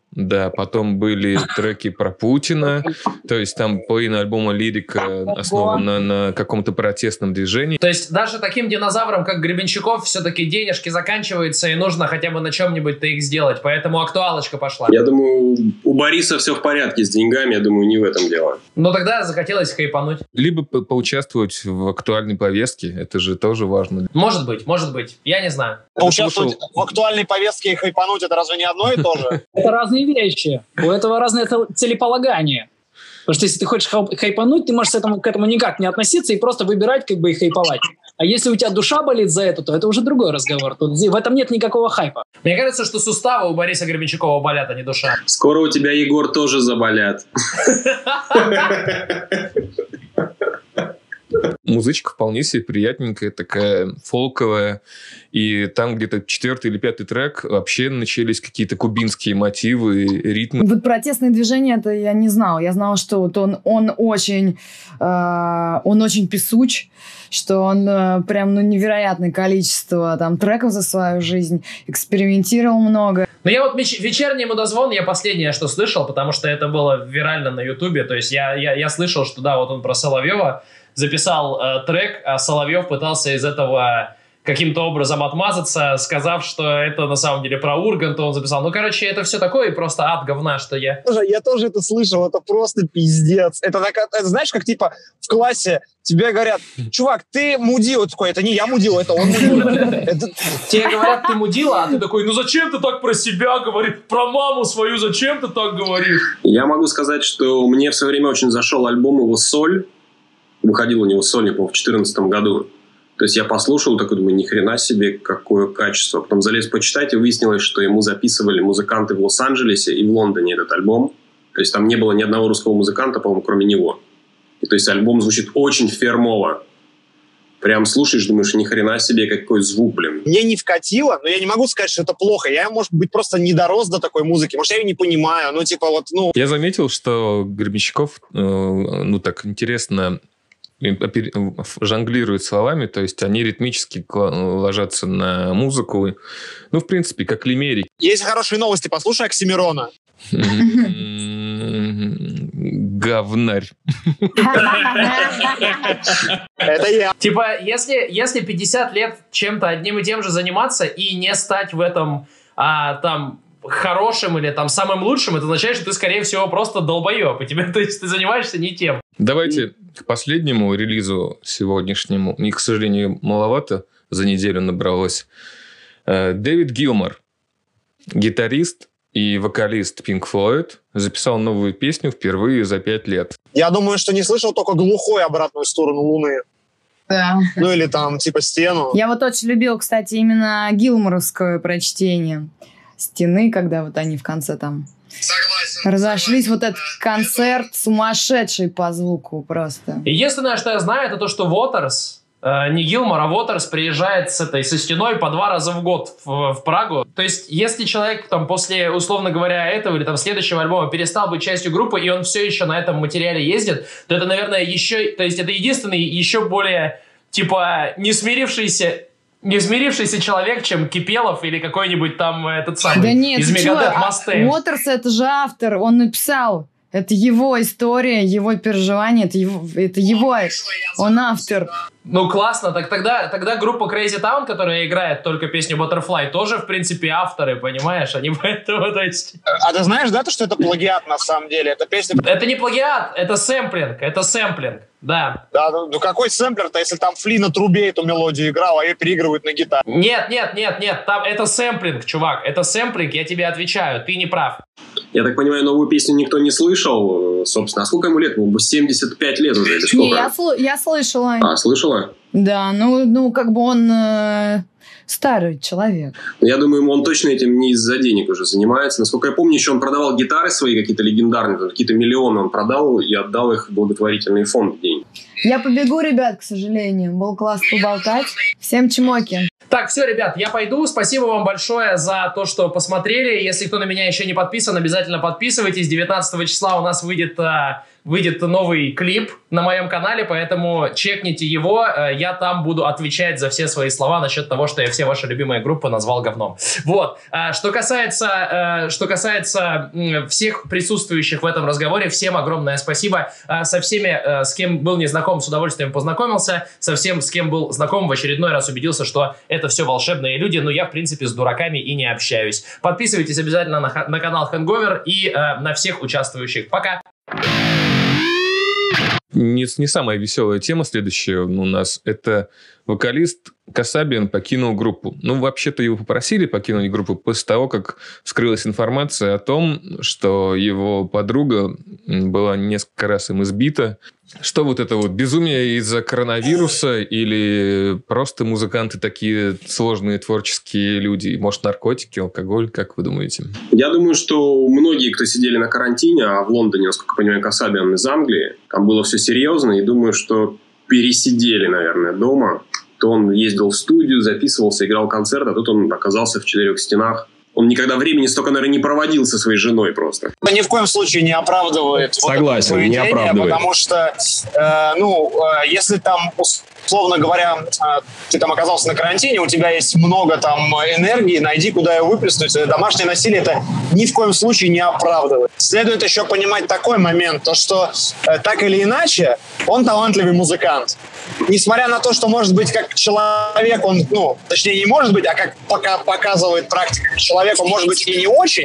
Да, потом были треки про Путина, то есть там половина альбома лирика основана на каком-то протестном движении. То есть даже таким динозаврам, как Гребенщиков, все-таки денежки заканчиваются, и нужно хотя бы на чем-нибудь-то их сделать, поэтому актуалочка пошла. Я думаю, у Бориса все в порядке с деньгами, я думаю, не в этом дело. Но тогда захотелось хайпануть. Либо по- поучаствовать в актуальной повестке, это же тоже важно. Может быть, может быть, я не знаю. Поучаствовать в актуальной повестке и хайпануть, это разве не одно и то же? Это разные вещи. У этого разное целеполагание. Потому что если ты хочешь хайпануть, ты можешь к этому, к этому никак не относиться и просто выбирать, как бы, и хайповать. А если у тебя душа болит за это, то это уже другой разговор. Тут в этом нет никакого хайпа. Мне кажется, что суставы у Бориса Гребенщикова болят, а не душа. Скоро у тебя, Егор, тоже заболят. Музычка вполне себе приятненькая, такая фолковая. И там где-то четвертый или пятый трек вообще начались какие-то кубинские мотивы, ритмы. Вот протестные движения это я не знала. Я знала, что вот он, он очень э, он очень песуч, что он э, прям ну, невероятное количество там треков за свою жизнь, экспериментировал много. Ну, я вот веч- вечерний мудозвон, я последнее, что слышал, потому что это было вирально на Ютубе. То есть я, я, я слышал, что да, вот он про Соловьева записал э, трек, а Соловьев пытался из этого каким-то образом отмазаться, сказав, что это на самом деле про Урганта он записал. Ну, короче, это все такое, и просто ад говна, что я. Я тоже это слышал, это просто пиздец. Это, так, это знаешь, как типа в классе тебе говорят, чувак, ты мудила. Такой, это не я мудила, это он мудила. Это... Тебе говорят, ты мудила, а ты такой, ну зачем ты так про себя говоришь? Про маму свою зачем ты так говоришь? Я могу сказать, что мне в свое время очень зашел альбом его «Соль». Выходил у него «Соль», не помню, в две тысячи четырнадцатом году. То есть я послушал, такой думаю, ни хрена себе, какое качество. Потом залез почитать, и выяснилось, что ему записывали музыканты в Лос-Анджелесе и в Лондоне этот альбом. То есть там не было ни одного русского музыканта, по-моему, кроме него. И, то есть альбом звучит очень фермово. Прям слушаешь, думаешь, ни хрена себе, какой звук, блин. Мне не вкатило, но я не могу сказать, что это плохо. Я, может быть, просто не дорос до такой музыки. Может, я ее не понимаю. Ну, типа, вот, ну... Я заметил, что Гребенщиков, э, ну, так интересно жонглируют словами, то есть они ритмически ложатся на музыку. Ну, в принципе, как лимерик. Есть хорошие новости, послушай Оксимирона. Говнарь. Это я. Типа, если, если пятьдесят лет чем-то одним и тем же заниматься и не стать в этом а, там хорошим или там самым лучшим, это означает, что ты, скорее всего, просто долбоеб. И тебе, то есть, ты занимаешься не тем. Давайте к последнему релизу сегодняшнему. Их, к сожалению, маловато за неделю набралось. Дэвид Гилмор, гитарист и вокалист Pink Floyd, записал новую песню впервые за пять лет. Я думаю, что не слышал только глухой обратную сторону Луны. Да. Ну или там типа стену. Я вот очень любила, кстати, именно гилморовское прочтение стены, когда вот они в конце там согласен, разошлись. Согласен, вот этот да, концерт это... сумасшедший по звуку просто. Единственное, что я знаю, это то, что Waters, э, не Гилмор, а Waters приезжает с этой, со стеной по два раза в год в, в Прагу. То есть, если человек там после, условно говоря, этого или там следующего альбома перестал быть частью группы, и он все еще на этом материале ездит, то это, наверное, еще... То есть, это единственный еще более, типа, не смирившийся... Не смирившийся человек, чем Кипелов или какой-нибудь там этот самый да нет, из Мегадет Мастейн. Уотерс это же автор, он написал. Это его история, его переживания, это его, это его, он автор. Ну классно, так тогда, тогда группа Crazy Town, которая играет только песню Butterfly, тоже, в принципе, авторы, понимаешь? Они поэтому, то есть... А ты знаешь, да, то, что это плагиат на самом деле? Это песня... Это не плагиат, это сэмплинг, это сэмплинг, да. Да, ну какой сэмплер-то, если там Фли на трубе эту мелодию играл, а ее переигрывают на гитаре? Нет, нет, нет, нет, там это сэмплинг, чувак, это сэмплинг, я тебе отвечаю, ты не прав. Я так понимаю, новую песню никто не слышал, собственно. А сколько ему лет? Ему семьдесят пять лет уже, или сколько? Не, я, сл- я слышала. А, слышала? Да, ну, ну как бы он э, старый человек. Я думаю, он точно этим не из-за денег уже занимается. Насколько я помню, еще он продавал гитары свои какие-то легендарные, какие-то миллионы он продал и отдал их в благотворительный фонд денег. Я побегу, ребят, к сожалению. Был класс поболтать. Всем чмоки. Так, все, ребят, я пойду. Спасибо вам большое за то, что посмотрели. Если кто на меня еще не подписан, обязательно подписывайтесь. девятнадцатого числа у нас выйдет а, выйдет новый клип на моем канале, поэтому чекните его. Я там буду отвечать за все свои слова насчет того, что я все ваши любимые группы назвал говном. Вот. Что касается, что касается всех присутствующих в этом разговоре, всем огромное спасибо. Со всеми, с кем был не знаком, с удовольствием познакомился. Со всем, с кем был знаком, в очередной раз убедился, что это все волшебные люди, но я, в принципе, с дураками и не общаюсь. Подписывайтесь обязательно на, на канал Hangover и э, на всех участвующих. Пока! Не, не самая веселая тема следующая у нас. Это вокалист Касабиан покинул группу. Ну, вообще-то его попросили покинуть группу после того, как вскрылась информация о том, что его подруга была несколько раз им избита. Что вот это вот безумие из-за коронавируса или просто музыканты такие сложные творческие люди? Может, наркотики, алкоголь? Как вы думаете? Я думаю, что многие, кто сидели на карантине, а в Лондоне, насколько я понимаю, Касабиан из Англии, там было все серьезно, и думаю, что пересидели, наверное, дома. То он ездил в студию, записывался, играл концерт, а тут он оказался в четырех стенах. Он никогда времени столько, наверное, не проводил со своей женой просто. Ни в коем случае не оправдывает. Согласен, вот не оправдывает. Потому что, э, ну, э, если там, условно говоря, э, ты там оказался на карантине, у тебя есть много там энергии, найди, куда ее выплеснуть. Домашнее насилие это ни в коем случае не оправдывает. Следует еще понимать такой момент, то что э, так или иначе он талантливый музыкант. Несмотря на то, что, может быть, как человек, он, ну, точнее, не может быть, а как пока показывает практика, человек, он может быть и не очень,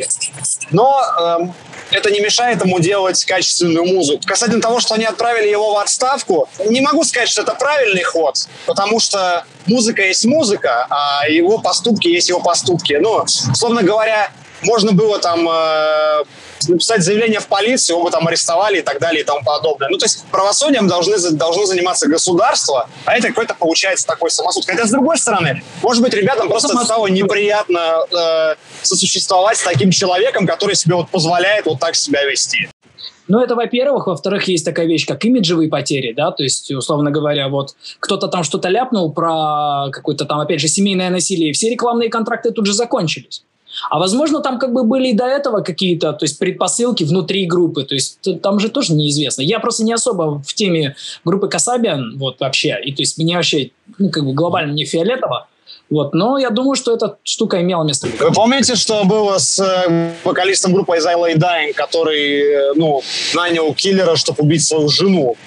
но эм, это не мешает ему делать качественную музыку. Касательно того, что они отправили его в отставку, не могу сказать, что это правильный ход, потому что музыка есть музыка, а его поступки есть его поступки. Ну, условно говоря, можно было там э, написать заявление в полицию, его бы там арестовали и так далее и тому подобное. Ну, то есть правосудием должны, должно заниматься государство, а это какой-то получается такой самосуд. Хотя, с другой стороны, может быть, ребятам просто Самосуд. стало неприятно э, сосуществовать с таким человеком, который себе вот позволяет вот так себя вести. Ну, это, во-первых. Во-вторых, есть такая вещь, как имиджевые потери, да, то есть, условно говоря, вот кто-то там что-то ляпнул про какое-то там, опять же, семейное насилие, и все рекламные контракты тут же закончились. А возможно, там как бы были и до этого какие-то, то есть, предпосылки внутри группы, то есть там же тоже неизвестно. Я просто не особо в теме группы Касабиан, вот вообще, и то есть мне вообще, ну, как бы глобально не фиолетово, вот, но я думаю, что эта штука имела место. Вы помните, что было с э, вокалистом группы As I Lay Dying, который, э, ну, нанял киллера, чтобы убить свою жену?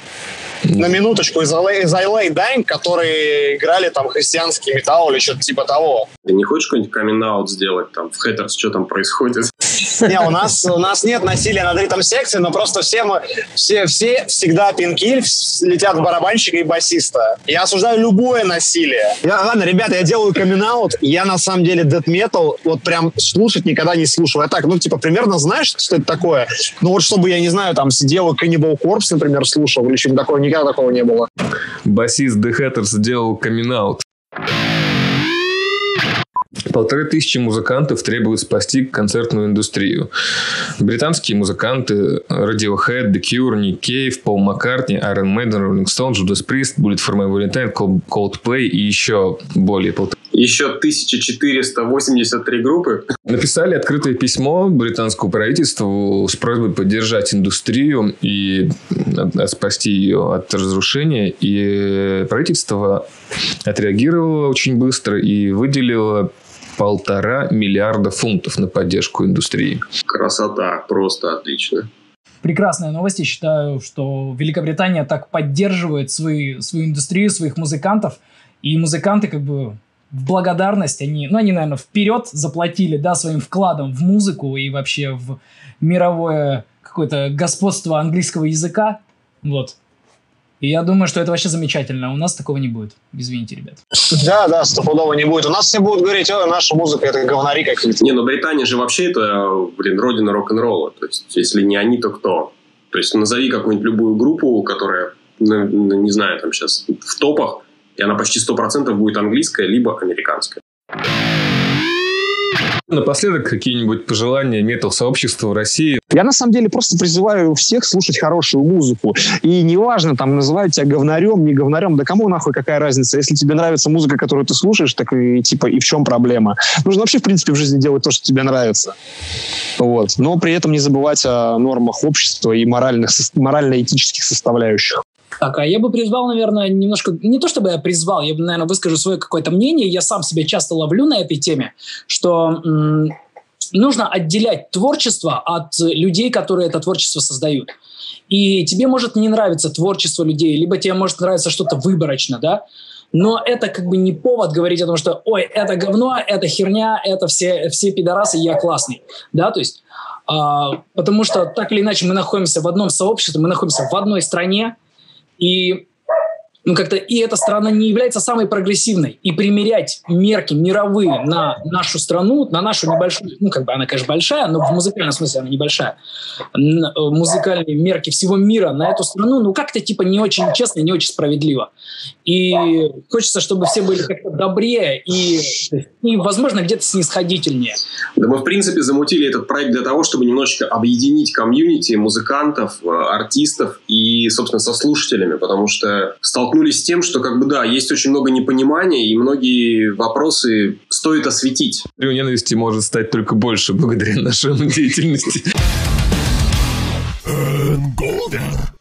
На минуточку, из As I Lay Dying, которые играли там христианский металл или что-то типа того. Ты не хочешь какой-нибудь камин-аут сделать там в Haters, что там происходит? Не, у нас, у нас нет насилия над ритм-секцией, но просто все мы, все, все всегда пинкиль летят в барабанщика и басиста. Я осуждаю любое насилие. Я, ладно, ребята, я делаю камин-аут, я на самом деле дэт-метал вот прям слушать никогда не слушал. Я так, ну, типа, примерно знаешь, что это такое? Ну, вот чтобы, я не знаю, там, сидел Cannibal Corpse, например, слушал, или что-нибудь такое, никогда такого не было. Басист The Hatters делал камин-аут. Полторы тысячи музыкантов требуют спасти концертную индустрию. Британские музыканты Radiohead, The Cure, Nick Cave, Пол Маккартни, Iron Maiden, Rolling Stones, Judas Priest, Bullet for My Valentine, Coldplay и еще более полторы. Еще тысяча четыреста восемьдесят три группы. Написали открытое письмо британскому правительству с просьбой поддержать индустрию и спасти ее от разрушения. И правительство отреагировало очень быстро и выделило полтора миллиарда фунтов на поддержку индустрии. Красота, просто отлично. Прекрасная новость. Я считаю, что Великобритания так поддерживает свои, свою индустрию, своих музыкантов. И музыканты как бы в благодарность, они, ну, они, наверное, вперед заплатили, да, своим вкладом в музыку и вообще в мировое какое-то господство английского языка. Вот. И я думаю, что это вообще замечательно. У нас такого не будет. Извините, ребят. Да, да, стопудово не будет. У нас все будут говорить, ой, наша музыка это говнари какие-то. Не, ну Британия же вообще это, блин, родина рок-н-ролла. То есть, если не они, то кто? То есть, назови какую-нибудь любую группу, которая, ну, не знаю, там сейчас в топах, и она почти сто процентов будет английская, либо американская. Напоследок, какие-нибудь пожелания метал-сообществу в России? Я, на самом деле, просто призываю всех слушать хорошую музыку. И неважно, там, называют тебя говнарем, не говнарем, да кому нахуй какая разница? Если тебе нравится музыка, которую ты слушаешь, так и, типа, и в чем проблема? Нужно вообще, в принципе, в жизни делать то, что тебе нравится. Вот. Но при этом не забывать о нормах общества и моральных, морально-этических составляющих. Так, а я бы призвал, наверное, немножко... Не то чтобы я призвал, я бы, наверное, выскажу свое какое-то мнение. Я сам себя часто ловлю на этой теме, что м- нужно отделять творчество от людей, которые это творчество создают. И тебе может не нравиться творчество людей, либо тебе может нравиться что-то выборочно, да? Но это как бы не повод говорить о том, что ой, это говно, это херня, это все, все пидорасы, я классный. Да, то есть, а, потому что так или иначе мы находимся в одном сообществе, мы находимся в одной стране, и, ну, как-то, и эта страна не является самой прогрессивной. И примерять мерки мировые на нашу страну, на нашу небольшую, ну, как бы она, конечно, большая, но в музыкальном смысле она небольшая, музыкальные мерки всего мира на эту страну, ну, как-то типа не очень честно, не очень справедливо. И хочется, чтобы все были как-то добрее и, и возможно, где-то снисходительнее. Да мы, в принципе, замутили этот проект для того, чтобы немножечко объединить комьюнити музыкантов, артистов и, собственно, со слушателями, потому что столкнулись с тем, что, как бы, да, есть очень много непонимания, и многие вопросы стоит осветить. Ненависти может стать только больше благодаря нашей деятельности.